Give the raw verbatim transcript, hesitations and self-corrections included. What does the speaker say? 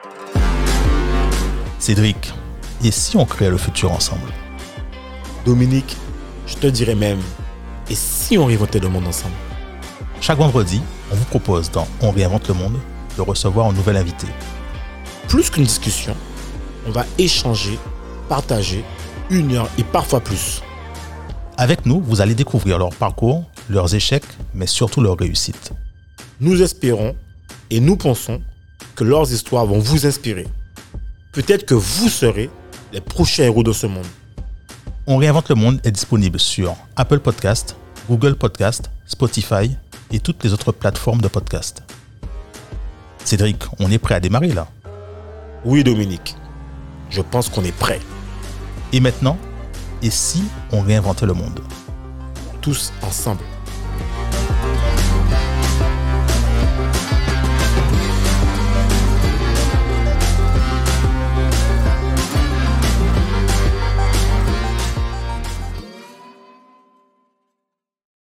Cédric, et si on créait le futur ensemble? Dominique, je te dirais même, et si on réinventait le monde ensemble? Chaque vendredi, on vous propose dans On réinvente le monde de recevoir un nouvel invité. Plus qu'une discussion, on va échanger, partager, une heure et parfois plus. Avec nous, vous allez découvrir leur parcours, leurs échecs, mais surtout leurs réussites. Nous espérons et nous pensons que leurs histoires vont vous inspirer. Peut-être que vous serez les prochains héros de ce monde. On réinvente le monde est disponible sur Apple Podcast, Google Podcast, Spotify et toutes les autres plateformes de podcast. Cédric, on est prêt à démarrer là? Oui Dominique, je pense qu'on est prêt. Et maintenant, et si on réinventait le monde? Tous ensemble.